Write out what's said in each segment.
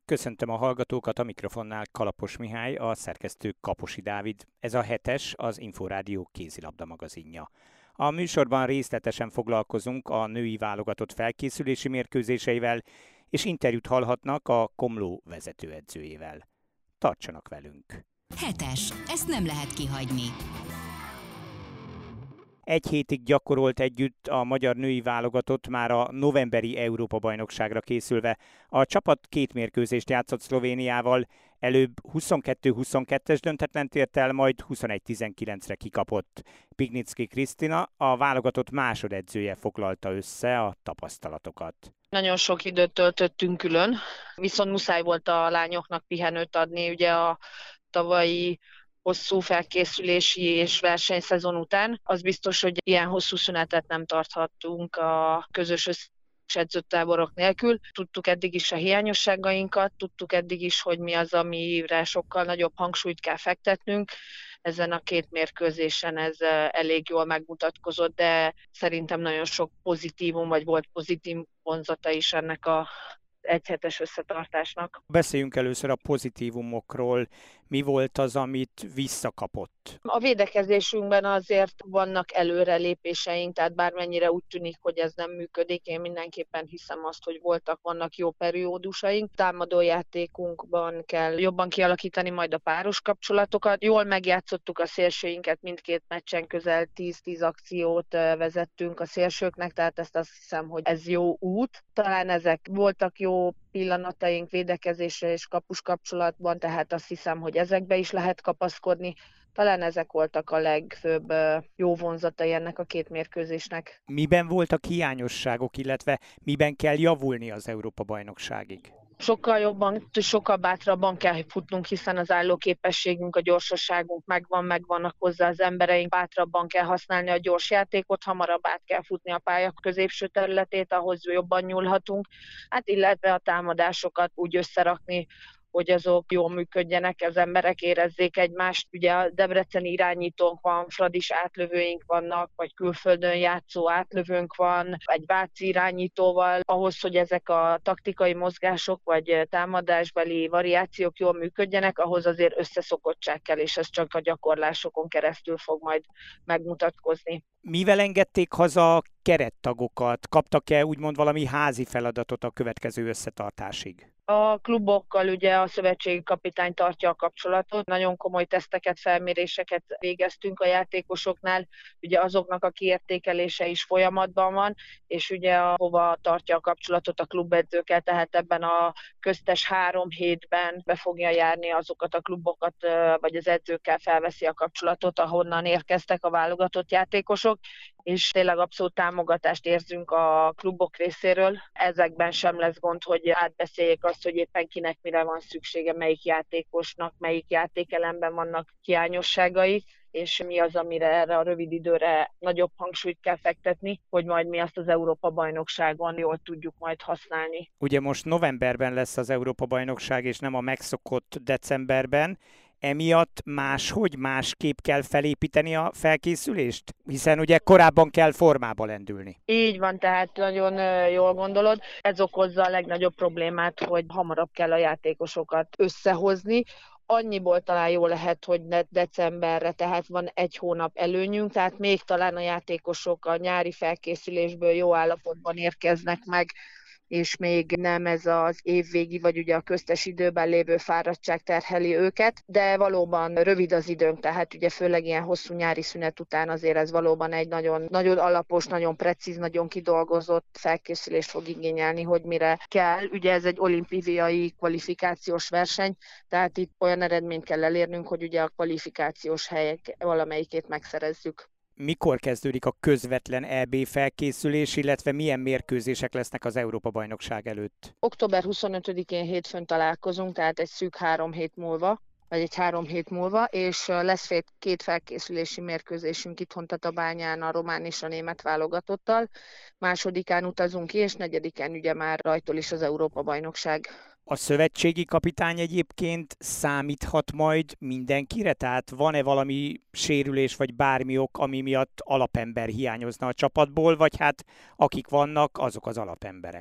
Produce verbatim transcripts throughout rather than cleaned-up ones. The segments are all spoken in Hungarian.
Köszöntöm a hallgatókat, a mikrofonnál Kalapos Mihály, a szerkesztő Kaposi Dávid. Ez a hetes, az Inforádió kézilabda magazinja. A műsorban részletesen foglalkozunk a női válogatott felkészülési mérkőzéseivel, és interjút hallhatnak a Komló vezetőedzőjével. Tartsanak velünk! Hetes. Ezt nem lehet kihagyni. Egy hétig gyakorolt együtt a magyar női válogatott már a novemberi Európa-bajnokságra készülve. A csapat két mérkőzést játszott Szlovéniával, előbb huszonkettő huszonkettes döntetlent ért el, majd huszonegy tizenkilencre kikapott. Pignicki Krisztina, a válogatott másodedzője foglalta össze a tapasztalatokat. Nagyon sok időt töltöttünk külön, viszont muszáj volt a lányoknak pihenőt adni, ugye a tavalyi hosszú felkészülési és versenyszezon után. Az biztos, hogy ilyen hosszú szünetet nem tarthattunk a közös edzőtáborok nélkül. Tudtuk eddig is a hiányosságainkat, tudtuk eddig is, hogy mi az, amire sokkal nagyobb hangsúlyt kell fektetnünk. Ezen a két mérkőzésen ez elég jól megmutatkozott, de szerintem nagyon sok pozitívum, vagy volt pozitív vonzata is ennek a egyhetes összetartásnak. Beszéljünk először a pozitívumokról. Mi volt az, amit visszakapott? A védekezésünkben azért vannak előrelépéseink, tehát bármennyire úgy tűnik, hogy ez nem működik, én mindenképpen hiszem azt, hogy voltak, vannak jó periódusaink. Támadójátékunkban kell jobban kialakítani majd a páros kapcsolatokat. Jól megjátszottuk a szélsőinket, mindkét meccsen közel tíz-tíz akciót vezettünk a szélsőknek, tehát ezt azt hiszem, hogy ez jó út. Talán ezek voltak jó pillanataink védekezésre és kapus kapcsolatban, tehát azt hiszem, hogy ezekbe is lehet kapaszkodni. Talán ezek voltak a legfőbb jó vonzatai ennek a két mérkőzésnek. Miben voltak hiányosságok, illetve miben kell javulni az Európa-bajnokságig? Sokkal jobban, sokkal bátrabban kell futnunk, hiszen az állóképességünk, a gyorsaságunk megvan, megvannak hozzá az embereink, bátrabban kell használni a gyors játékot, hamarabb át kell futni a pálya középső területét, ahhoz jobban nyúlhatunk, hát illetve a támadásokat úgy összerakni, hogy azok jól működjenek, az emberek érezzék egymást. Ugye a debreceni irányítónk van, fradis átlövőink vannak, vagy külföldön játszó átlövőnk van, egy váci irányítóval. Ahhoz, hogy ezek a taktikai mozgások, vagy támadásbeli variációk jól működjenek, ahhoz azért összeszokottság kell, és ez csak a gyakorlásokon keresztül fog majd megmutatkozni. Mivel engedték haza a kerettagokat? Kaptak-e úgymond valami házi feladatot a következő összetartásig? A klubokkal ugye a szövetségi kapitány tartja a kapcsolatot, nagyon komoly teszteket, felméréseket végeztünk a játékosoknál, ugye azoknak a kiértékelése is folyamatban van, és ugye hova tartja a kapcsolatot a klubedzőkkel, tehát ebben a köztes három hétben be fogja járni azokat a klubokat, vagy az edzőkkel felveszi a kapcsolatot, ahonnan érkeztek a válogatott játékosok, és tényleg abszolút támogatást érzünk a klubok részéről. Ezekben sem lesz gond, hogy átbeszéljék azt, hogy éppen kinek mire van szüksége, melyik játékosnak, melyik játékelemben vannak hiányosságai, és mi az, amire erre a rövid időre nagyobb hangsúlyt kell fektetni, hogy majd mi azt az Európa-bajnokságon jól tudjuk majd használni. Ugye most novemberben lesz az Európa-bajnokság, és nem a megszokott decemberben. Emiatt máshogy, másképp kell felépíteni a felkészülést? Hiszen ugye korábban kell formába lendülni. Így van, tehát nagyon jól gondolod. Ez okozza a legnagyobb problémát, hogy hamarabb kell a játékosokat összehozni. Annyiból talán jó lehet, hogy decemberre, tehát van egy hónap előnyünk, tehát még talán a játékosok a nyári felkészülésből jó állapotban érkeznek meg, és még nem ez az évvégi, vagy ugye a köztes időben lévő fáradtság terheli őket, de valóban rövid az időnk, tehát ugye főleg ilyen hosszú nyári szünet után azért ez valóban egy nagyon, nagyon alapos, nagyon precíz, nagyon kidolgozott felkészülést fog igényelni, hogy mire kell. Ugye ez egy olimpiai kvalifikációs verseny, tehát itt olyan eredményt kell elérnünk, hogy ugye a kvalifikációs helyek valamelyikét megszerezzük. Mikor kezdődik a közvetlen é bé felkészülés, illetve milyen mérkőzések lesznek az Európa-bajnokság előtt? október huszonötödikén hétfőn találkozunk, tehát egy szűk három hét múlva, vagy egy három hét múlva, és lesz két felkészülési mérkőzésünk itthon Tatabányán a román és a német válogatottal. Másodikán utazunk ki, és negyedikén ugye már rajtól is az Európa-bajnokság. A szövetségi kapitány egyébként számíthat majd mindenkire? Tehát van-e valami sérülés vagy bármi ok, ami miatt alapember hiányozna a csapatból, vagy hát akik vannak, azok az alapemberek?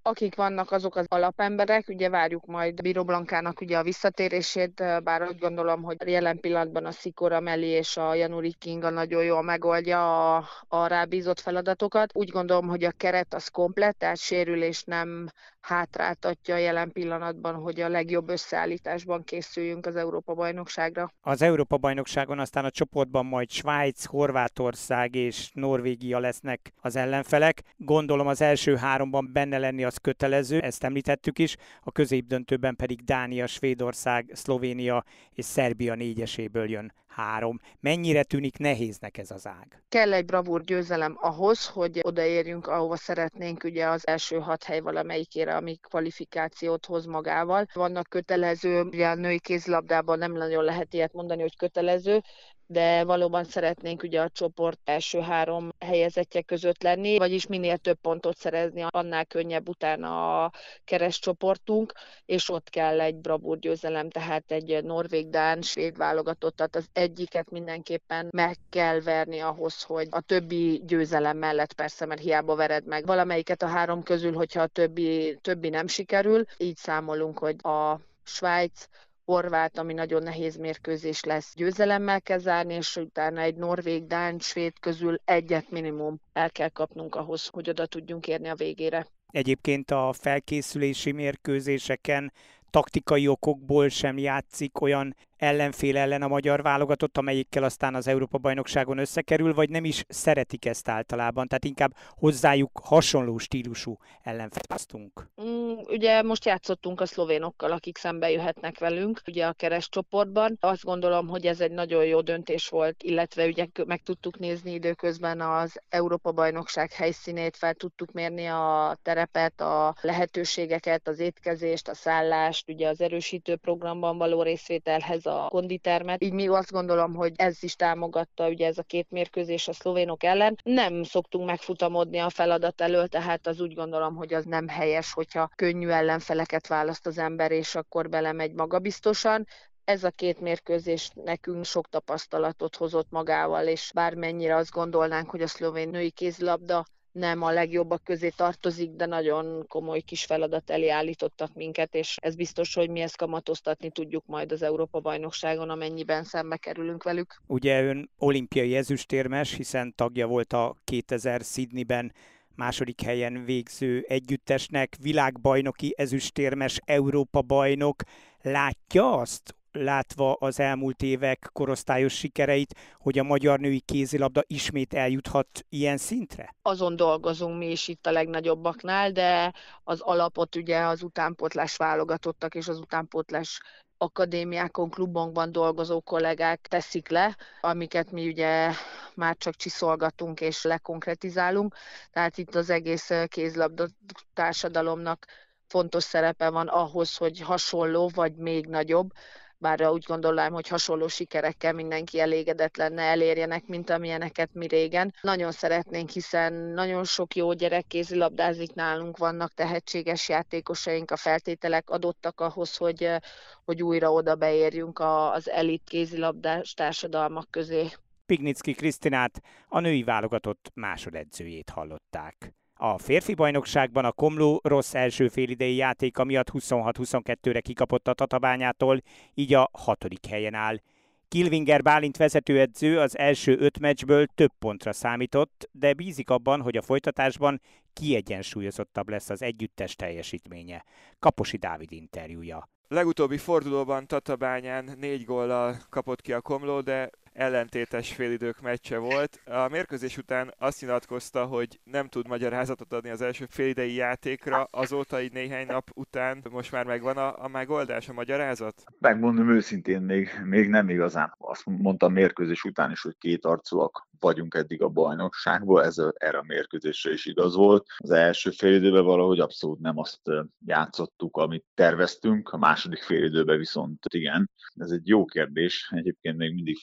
Akik vannak, azok az alapemberek, ugye várjuk majd Bíró Blankának ugye a visszatérését, bár úgy gondolom, hogy jelen pillanatban a Szikora Meli és a Januri Kinga nagyon jól megoldja a, a rábízott feladatokat. Úgy gondolom, hogy a keret az komplett, tehát sérülés nem hátráltatja jelen pillanatban, hogy a legjobb összeállításban készüljünk az Európa-bajnokságra. Az Európa-bajnokságon aztán a csoportban majd Svájc, Horvátország és Norvégia lesznek az ellenfelek. Gondolom az első háromban benne lenni az kötelező, ezt említettük is, a középdöntőben pedig Dánia, Svédország, Szlovénia és Szerbia négyeséből jön három. Mennyire tűnik nehéznek ez az ág? Kell egy bravúr győzelem ahhoz, hogy odaérjünk, ahova szeretnénk, ugye az első hat hely valamelyikére, ami kvalifikációt hoz magával. Vannak kötelező, ugye a női kézilabdában nem nagyon lehet ilyet mondani, hogy kötelező, de valóban szeretnénk ugye a csoport első három helyezettje között lenni, vagyis minél több pontot szerezni, annál könnyebb utána a keresztcsoportunk, és ott kell egy bravúr győzelem, tehát egy norvég-dán, svéd válogatottat, az egyiket mindenképpen meg kell verni ahhoz, hogy a többi győzelem mellett persze, mert hiába vered meg valamelyiket a három közül, hogyha a többi, többi nem sikerül, így számolunk, hogy a Svájc, Horvát, ami nagyon nehéz mérkőzés lesz, győzelemmel kell zárni, és utána egy norvég, dán, svéd közül egyet minimum el kell kapnunk ahhoz, hogy oda tudjunk érni a végére. Egyébként a felkészülési mérkőzéseken taktikai okokból sem játszik olyan ellenfél ellen a magyar válogatott, amelyikkel aztán az Európa-bajnokságon összekerül, vagy nem is szeretik ezt általában, tehát inkább hozzájuk hasonló stílusú ellenfélt választunk. Mm, ugye most játszottunk a szlovénokkal, akik szembe jöhetnek velünk, ugye a keresztcsoportban. Azt gondolom, hogy ez egy nagyon jó döntés volt, illetve ugye meg tudtuk nézni időközben az Európa-bajnokság helyszínét, fel tudtuk mérni a terepet, a lehetőségeket, az étkezést, a szállást, ugye az erősítő programban való részvételhez a konditermet. Így mi azt gondolom, hogy ez is támogatta ugye ez a két mérkőzés a szlovénok ellen. Nem szoktunk megfutamodni a feladat elől, tehát az úgy gondolom, hogy az nem helyes, hogyha könnyű ellenfeleket választ az ember, és akkor belemegy magabiztosan. Ez a két mérkőzés nekünk sok tapasztalatot hozott magával, és bármennyire azt gondolnánk, hogy a szlovén női kézilabda nem a legjobbak közé tartozik, de nagyon komoly kis feladat elé állítottak minket, és ez biztos, hogy mi ezt kamatoztatni tudjuk majd az Európa-bajnokságon, amennyiben szembe kerülünk velük. Ugye ön olimpiai ezüstérmes, hiszen tagja volt a kétezer Sydneyben második helyen végző együttesnek, világbajnoki ezüstérmes, Európa-bajnok. Látja azt, látva az elmúlt évek korosztályos sikereit, hogy a magyar női kézilabda ismét eljuthat ilyen szintre? Azon dolgozunk mi is itt a legnagyobbaknál, de az alapot ugye az utánpótlás válogatottak és az utánpótlás akadémiákon, klubokban dolgozó kollégák teszik le, amiket mi ugye már csak csiszolgatunk és lekonkretizálunk. Tehát itt az egész kézilabda társadalomnak fontos szerepe van ahhoz, hogy hasonló vagy még nagyobb, bár úgy gondolom, hogy hasonló sikerekkel mindenki elégedett lenne, elérjenek, mint amilyeneket mi régen. Nagyon szeretnénk, hiszen nagyon sok jó gyerek kézilabdázik nálunk, vannak tehetséges játékosaink, a feltételek adottak ahhoz, hogy, hogy újra oda beérjünk az elit kézilabdás társadalmak közé. Pignicki Krisztinát, a női válogatott másodedzőjét hallották. A férfi bajnokságban a Komló rossz első félidei játéka miatt huszonhat huszonkettőre kikapott a Tatabányától, így a hatodik helyen áll. Kilvinger Bálint vezetőedző az első öt meccsből több pontra számított, de bízik abban, hogy a folytatásban kiegyensúlyozottabb lesz az együttes teljesítménye. Kaposi Dávid interjúja. Legutóbbi fordulóban Tatabányán négy góllal kapott ki a Komló, de ellentétes félidők meccse volt. A mérkőzés után azt nyilatkozta, hogy nem tud magyarázatot adni az első félidei játékra, azóta így néhány nap után most már megvan a, a megoldás, a magyarázat? Megmondom őszintén, még, még nem igazán. Azt mondtam mérkőzés után is, hogy kétarcúak vagyunk eddig a bajnokságból, ez a, erre a mérkőzésre is igaz volt. Az első félidőben valahogy abszolút nem azt játszottuk, amit terveztünk, a második félidőben viszont igen. Ez egy jó kérdés, egyébként még mindig fejtegetem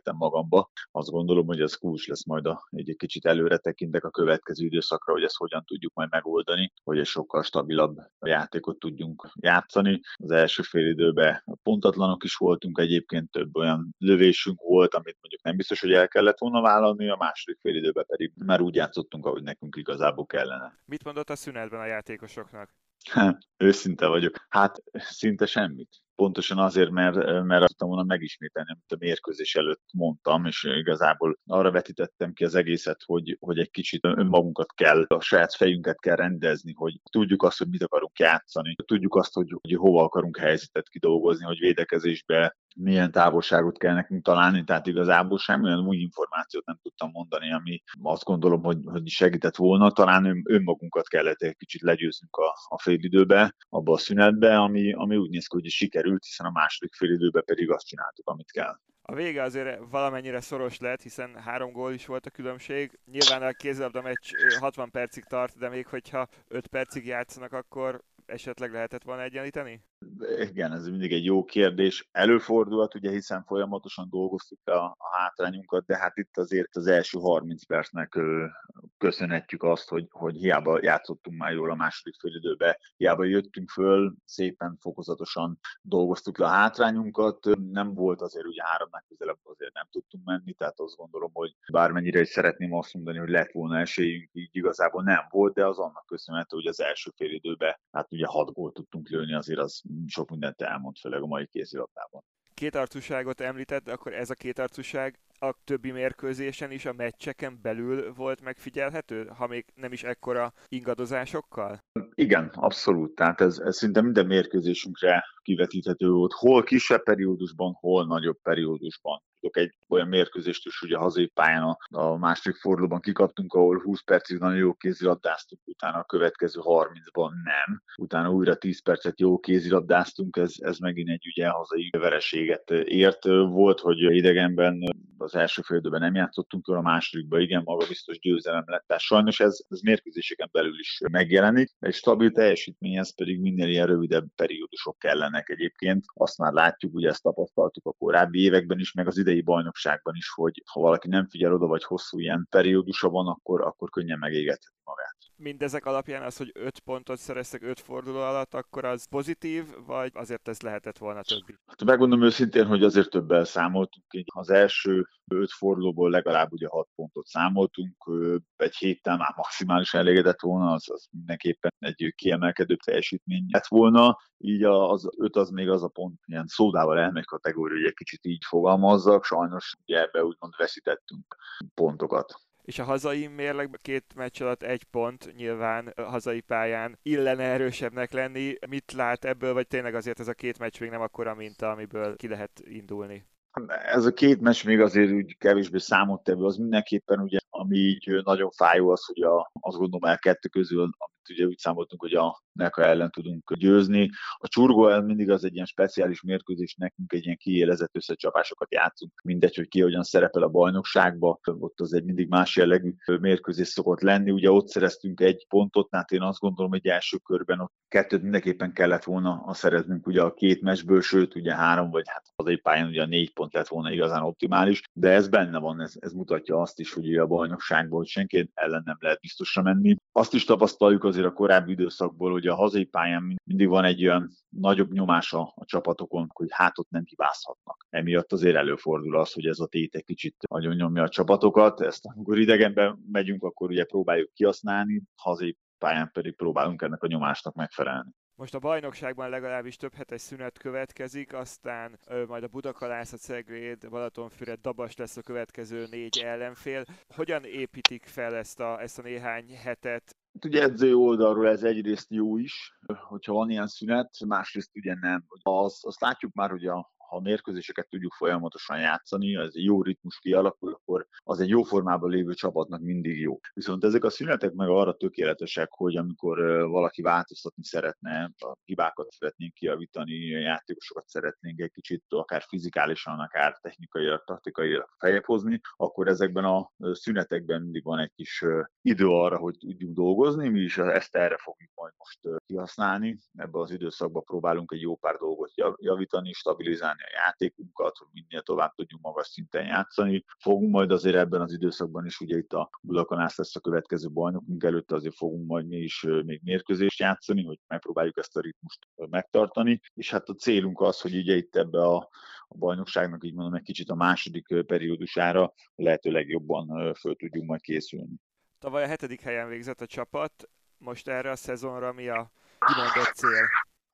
beszélgettem magamba. Azt gondolom, hogy ez kulcs lesz majd a, egy kicsit előre tekintek a következő időszakra, hogy ezt hogyan tudjuk majd megoldani, hogy egy sokkal stabilabb játékot tudjunk játszani. Az első fél időben pontatlanok is voltunk, egyébként több olyan lövésünk volt, amit mondjuk nem biztos, hogy el kellett volna vállalni, a második fél időben pedig már úgy játszottunk, ahogy nekünk igazából kellene. Mit mondott a szünetben a játékosoknak? Őszinte vagyok. Hát szinte semmit. Pontosan azért, mert, mert azt tudtam volna megismételni, amit a mérkőzés előtt mondtam, és igazából arra vetítettem ki az egészet, hogy, hogy egy kicsit önmagunkat kell, a saját fejünket kell rendezni, hogy tudjuk azt, hogy mit akarunk játszani, tudjuk azt, hogy, hogy hova akarunk helyzetet kidolgozni, hogy védekezésbe milyen távolságot kell nekünk találni, tehát igazából semmilyen új információt nem tudtam mondani, ami azt gondolom, hogy, hogy segített volna. Talán ön, önmagunkat kellett egy kicsit legyőznünk a, a félidőbe, abba a szünetbe, ami, ami úgy néz ki, hogy sikerült, hiszen a második félidőben pedig azt csináltuk, amit kell. A vége azért valamennyire szoros lett, hiszen három gól is volt a különbség. Nyilván a kézilabda meccs hatvan percig tart, de még hogyha öt percig játszanak, akkor esetleg lehetett volna egyenlíteni? Igen, ez mindig egy jó kérdés. Előfordulhat, ugye, hiszen folyamatosan dolgoztuk a, a hátrányunkat, de hát itt azért az első harminc percnek ö, köszönhetjük azt, hogy, hogy hiába játszottunk már jól a második félidőbe, hiába jöttünk föl, szépen fokozatosan dolgoztuk le a hátrányunkat. Nem volt azért ugye háromnál közelebb, azért nem tudtunk menni, tehát azt gondolom, hogy bármennyire is szeretném azt mondani, hogy lett volna esélyünk, így igazából nem volt, de az annak köszönhető, hogy az első félidőben hát ugye hat gólt tudtunk lőni, azért az sok mindent elmond, főleg a mai kézilabdában. Kétarcúságot említett, akkor ez a kétarcúság a többi mérkőzésen is, a meccseken belül volt megfigyelhető, ha még nem is ekkora ingadozásokkal? Igen, abszolút. Tehát ez, ez szinte minden mérkőzésünkre kivetíthető volt. Hol kisebb periódusban, hol nagyobb periódusban. Tudok egy olyan mérkőzést is, ugye hazai pályán a, a második fordulóban kikaptunk, ahol húsz percig nagyon jó kézilabdáztunk, utána a következő harmincban nem. Utána újra tíz percet jó kézilabdáztunk, ez, ez megint egy ugye hazai vereséget ért. Volt, hogy idegenben az első fél időben nem játszottunk, a másodikban igen, magabiztos győzelem lett. Tehát sajnos ez, ez mérkőzéseken belül is megjelenik. Egy stabil teljesítményhez pedig minél ilyen rövidebb periódusok kellenek egyébként. Azt már látjuk, ugye ezt tapasztaltuk a korábbi években is, meg az idei bajnokságban is, hogy ha valaki nem figyel oda, vagy hosszú ilyen periódusa van, akkor, akkor könnyen megégetheti magát. Mindezek alapján az, hogy öt pontot szereztek öt forduló alatt, akkor az pozitív, vagy azért ez lehetett volna többi? Hát megmondom őszintén, hogy azért többel számoltunk. Az első öt fordulóból legalább ugye hat pontot számoltunk, egy héttel már maximálisan elégedett volna, az, az mindenképpen egy kiemelkedő teljesítmény lett volna. Így az öt az még az a pont, ilyen szódával elmegy kategória, hogy egy kicsit így fogalmazzak, sajnos ugye ebbe úgymond veszítettünk pontokat. És a hazai mérlegben két meccs alatt egy pont, nyilván a hazai pályán illene erősebbnek lenni. Mit lát ebből, vagy tényleg azért ez a két meccs még nem akkora minta, amiből ki lehet indulni? Ez a két meccs még azért úgy kevésbé számolt ebből, az mindenképpen ugye, ami így nagyon fájó az, hogy a, azt gondolom el kettő közül, amit ugye úgy számoltunk, hogy a Neka ellen tudunk győzni. A Csurgó ellen mindig az egy ilyen speciális mérkőzés, nekünk egy ilyen kiélezett összecsapásokat játszunk, mindegy, hogy ki hogyan szerepel a bajnokságba, ott az egy mindig más jellegű mérkőzés szokott lenni. Ugye ott szereztünk egy pontot, hát én azt gondolom, hogy első körben ott kettőt mindenképpen kellett volna a szereznünk ugye a két meccsből, sőt ugye három, vagy hát hazai pályán ugye a négy pont lett volna igazán optimális, de ez benne van, ez, ez mutatja azt is, hogy a bajnokságból hogy senki ellen nem lehet biztosra menni. Azt is tapasztaljuk azért a korábbi időszakból, hogy a hazai pályán mindig van egy olyan nagyobb nyomás a, a csapatokon, hogy hát ott nem hibázhatnak. Emiatt azért előfordul az, hogy ez a tét egy kicsit nagyon nyomja a csapatokat. Ezt amikor idegenben megyünk, akkor ugye próbáljuk kihasználni, hazai pályán pedig próbálunk ennek a nyomásnak megfelelni. Most a bajnokságban legalábbis több hetes szünet következik, aztán ö, majd a Budakalászat, Cegléd, Balatonfüred, Dabas lesz a következő négy ellenfél. Hogyan építik fel ezt a, ezt a néhány hetet? Ugye edző oldalról ez egyrészt jó is, hogyha van ilyen szünet, másrészt ugye nem. Az, azt látjuk már, hogy a ha a mérkőzéseket tudjuk folyamatosan játszani, ez jó ritmus kialakul, akkor akkor az egy jó formában lévő csapatnak mindig jó. Viszont ezek a szünetek meg arra tökéletesek, hogy amikor valaki változtatni szeretne, a hibákat szeretnénk kijavítani, a játékosokat szeretnénk egy kicsit akár fizikálisan, akár technikailag, taktikailag feljebb hozni, akkor ezekben a szünetekben mindig van egy kis idő arra, hogy tudjunk dolgozni, mi is ezt erre fogjuk majd most kihasználni. Ebben az időszakban próbálunk egy jó pár dolgot javítani, stabilizálni a játékunkat, hogy minél tovább tudjunk magas szinten játszani. Fogunk majd azért ebben az időszakban is, ugye itt a Budakanász lesz a következő bajnokunk, előtte azért fogunk majd mi is még mérkőzést játszani, hogy megpróbáljuk ezt a ritmust megtartani, és hát a célunk az, hogy ugye itt ebbe a, a bajnokságnak, így mondom, egy kicsit a második periódusára lehető legjobban föl tudjunk majd készülni. Tavaly a hetedik helyen végzett a csapat, most erre a szezonra mi a kimondott cél?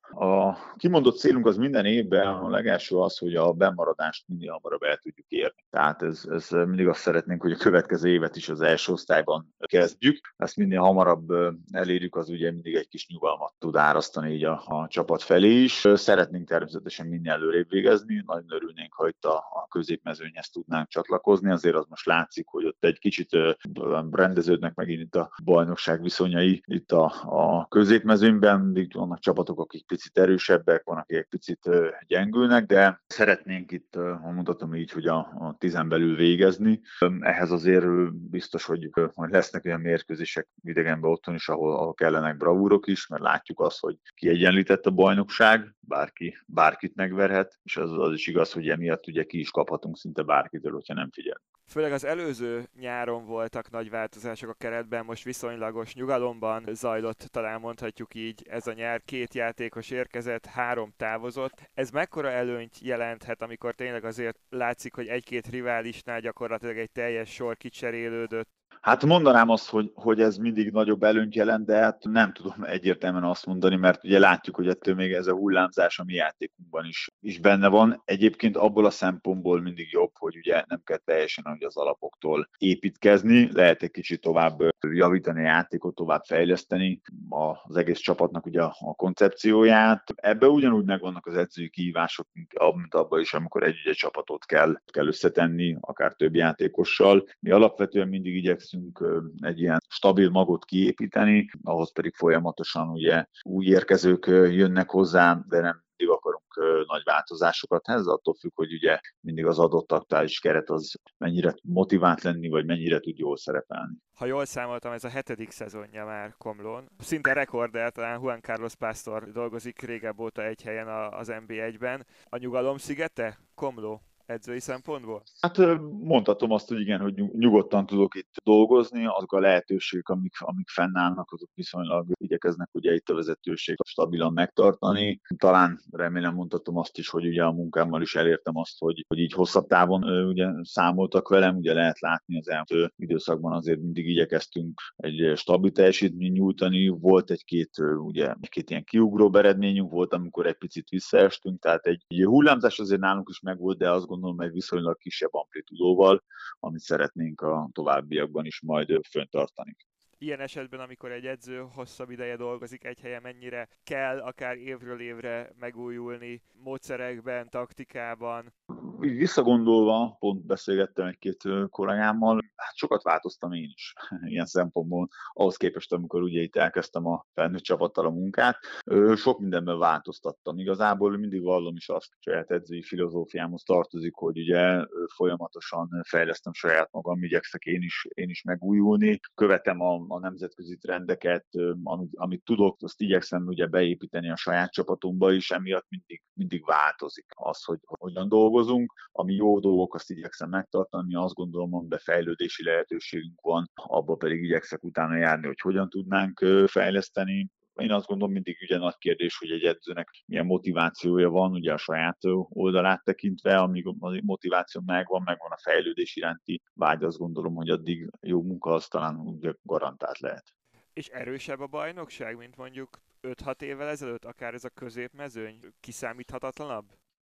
A kimondott célunk az minden évben a legelső az, hogy a bennmaradást minél hamarabb el tudjuk érni. Tehát ez, ez mindig azt szeretnénk, hogy a következő évet is az első osztályban kezdjük. Ezt minél hamarabb elérjük, az ugye mindig egy kis nyugalmat tud árasztani így a, a csapat felé is. Szeretnénk természetesen minél előrébb végezni. Nagyon örülnénk, ha itt a, a középmezőnyhez tudnánk csatlakozni. Azért az most látszik, hogy ott egy kicsit rendeződnek megint itt a bajnokság viszonyai itt a, a középmezőnyben. Mindig vannak csapatok, akik picit erősebbek, van, akik egy picit gyengülnek, de szeretnénk itt, ha mutatom így, hogy a, a tizen belül végezni. Ehhez azért biztos, hogy majd lesznek olyan mérkőzések idegenben otthon is, ahol, ahol kellenek bravúrok is, mert látjuk azt, hogy kiegyenlített a bajnokság, bárki bárkit megverhet, és az, az is igaz, hogy emiatt ugye ki is kaphatunk szinte bárkitől, hogyha nem figyel. Főleg az előző nyáron voltak nagy változások a keretben, most viszonylagos nyugalomban zajlott, talán mondhatjuk így, ez a nyár, két játékos érkezett, három távozott. Ez mekkora előnyt jelenthet, amikor tényleg azért látszik, hogy egy-két riválisnál gyakorlatilag egy teljes sor kicserélődött? Hát mondanám azt, hogy, hogy ez mindig nagyobb előnyt jelent, de hát nem tudom egyértelműen azt mondani, mert ugye látjuk, hogy ettől még ez a hullámzás a mi játékunkban is, is benne van. Egyébként abból a szempontból mindig jobb, hogy ugye nem kell teljesen ahogy az alapoktól építkezni, lehet egy kicsit tovább javítani a játékot, tovább fejleszteni az egész csapatnak ugye a koncepcióját. Ebben ugyanúgy megvannak az edzői kihívások, mint abban is, amikor egy-egy csapatot kell, kell összetenni, akár több játékossal. Mi alapvetően mindig igyekszünk egy ilyen stabil magot kiépíteni, ahhoz pedig folyamatosan ugye új érkezők jönnek hozzá, de nem mindig akarunk nagy változásokat. Ez attól függ, hogy ugye mindig az adott aktuális keret az mennyire tud motivált lenni, vagy mennyire tud jól szerepelni. Ha jól számoltam, ez a hetedik szezonja már Komlón. Szinte rekordel, talán Juan Carlos Pastor dolgozik régebb óta egy helyen az en bé egyben. A nyugalom szigete? Komló? Edzői szempontból? Hát mondhatom azt, hogy igen, hogy nyugodtan tudok itt dolgozni, azok a lehetőségek, amik, amik fennállnak, azok viszonylag igyekeznek ugye itt a vezetőség stabilan megtartani. Talán remélem mondhatom azt is, hogy ugye a munkámmal is elértem azt, hogy, hogy így hosszabb távon ugye számoltak velem, ugye lehet látni az elmúlt időszakban azért mindig igyekeztünk egy stabil teljesítményt nyújtani, volt egy-két ugye egy-két ilyen kiugró eredményünk, volt, amikor egy picit visszaestünk, tehát egy, egy hullámzás azért nálunk is megvolt, de azt gondolom, egy viszonylag kisebb amplitudóval, amit szeretnénk a továbbiakban is majd fenntartani. Ilyen esetben, amikor egy edző hosszabb ideje dolgozik egy helyen, mennyire kell akár évről évre megújulni módszerekben, taktikában? Így visszagondolva, pont beszélgettem egy-két kollégámmal, hát sokat változtam én is ilyen szempontból, ahhoz képest, amikor ugye itt elkezdtem a felnőtt csapattal a munkát, sok mindenben változtattam. Igazából mindig vallom is azt, saját edzői filozófiámhoz tartozik, hogy ugye folyamatosan fejlesztem saját magam, igyekszek én is, én is megújulni, követem a, a nemzetközi trendeket, amit, amit tudok, azt igyekszem ugye beépíteni a saját csapatomba is, emiatt mindig, mindig változik az, hogy hogyan dolgozunk. Ami jó dolgok, azt igyekszem megtartani, azt gondolom, hogy befejlődési lehetőségünk van, abba pedig igyekszek utána járni, hogy hogyan tudnánk fejleszteni. Én azt gondolom, mindig ugye nagy kérdés, hogy egy edzőnek milyen motivációja van, ugye a saját oldalát tekintve, amíg a motiváció megvan, megvan a fejlődés iránti vágy, azt gondolom, hogy addig jó munka az talán ugye garantált lehet. És erősebb a bajnokság, mint mondjuk öt-hat évvel ezelőtt, akár ez a középmezőny, kiszámíthatatlanabb?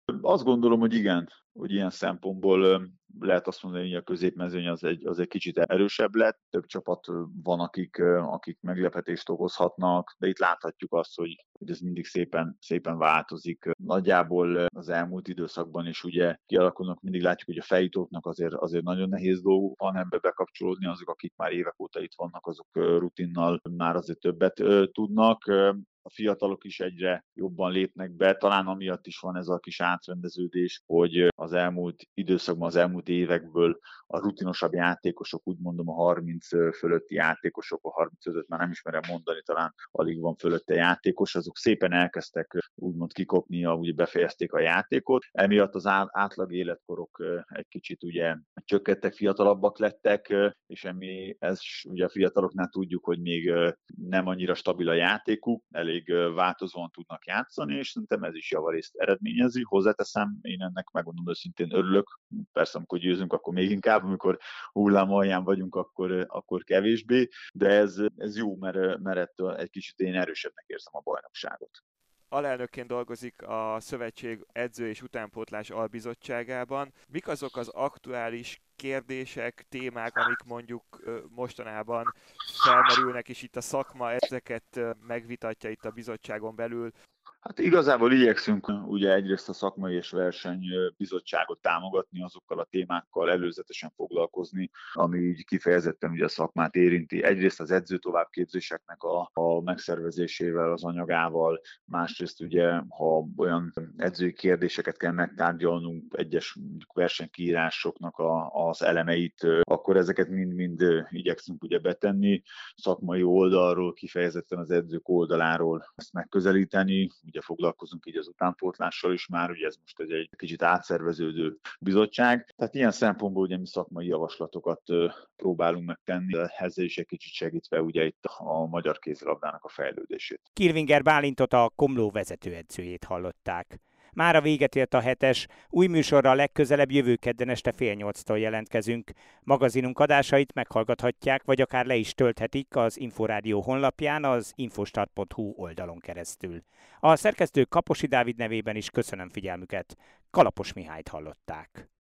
Azt gondolom, hogy igen, hogy ilyen szempontból lehet azt mondani, hogy a középmezőny az egy, az egy kicsit erősebb lett. Több csapat van, akik, akik meglepetést okozhatnak, de itt láthatjuk azt, hogy, hogy ez mindig szépen, szépen változik. Nagyjából az elmúlt időszakban is ugye kialakulnak, mindig látjuk, hogy a feljutóknak azért, azért nagyon nehéz dolguk van ebbe bekapcsolódni, azok, akik már évek óta itt vannak, azok rutinnal már azért többet tudnak. A fiatalok is egyre jobban lépnek be, talán amiatt is van ez a kis átrendeződés, hogy az elmúlt időszakban, az elmúlt évekből a rutinosabb játékosok, úgy mondom a harminc fölötti játékosok, a harmincötöt már nem ismerem mondani, talán alig van fölötte játékos, azok szépen elkezdtek úgymond kikopni, ugye befejezték a játékot. Emiatt az átlag életkorok egy kicsit ugye csökkentek, fiatalabbak lettek, és emi, ez ugye a fiataloknál tudjuk, hogy még nem annyira stabil a játékuk, elég változóan tudnak játszani, és szerintem ez is javarészt eredményezi. Hozzáteszem, én ennek megmondom őszintén örülök. Persze, amikor győzünk, akkor még inkább, amikor hullám alján vagyunk, akkor, akkor kevésbé, de ez, ez jó, mert, mert ettől egy kicsit én erősebbnek érzem a bajnokságot. Alelnökként dolgozik a szövetség edző és utánpótlás albizottságában. Mik azok az aktuális kérdések, témák, amik mondjuk mostanában felmerülnek, és itt a szakma ezeket megvitatja itt a bizottságon belül? Hát igazából igyekszünk ugye egyrészt a szakmai és versenybizottságot támogatni, azokkal a témákkal előzetesen foglalkozni, ami így kifejezetten ugye a szakmát érinti. Egyrészt az edző továbbképzéseknek a, a megszervezésével, az anyagával, másrészt ugye, ha olyan edzői kérdéseket kell megtárgyalnunk, egyes versenykiírásoknak a, az elemeit, akkor ezeket mind-mind igyekszünk ugye betenni, szakmai oldalról, kifejezetten az edzők oldaláról ezt megközelíteni. Ugye foglalkozunk így az utánpótlással is már, ugye ez most egy, egy kicsit átszerveződő bizottság. Tehát ilyen szempontból ugye mi szakmai javaslatokat próbálunk megtenni, ezzel is egy kicsit segítve ugye itt a magyar kézilabdának a fejlődését. Kirvinger Bálintot, a Komló vezetőedzőjét hallották. Mára véget ért a hetes, új műsorra legközelebb jövő kedden este fél nyolctól jelentkezünk. Magazinunk adásait meghallgathatják, vagy akár le is tölthetik az Inforádió honlapján, az infostart pont hu oldalon keresztül. A szerkesztő Kaposi Dávid nevében is köszönöm figyelmüket. Kalapos Mihályt hallották.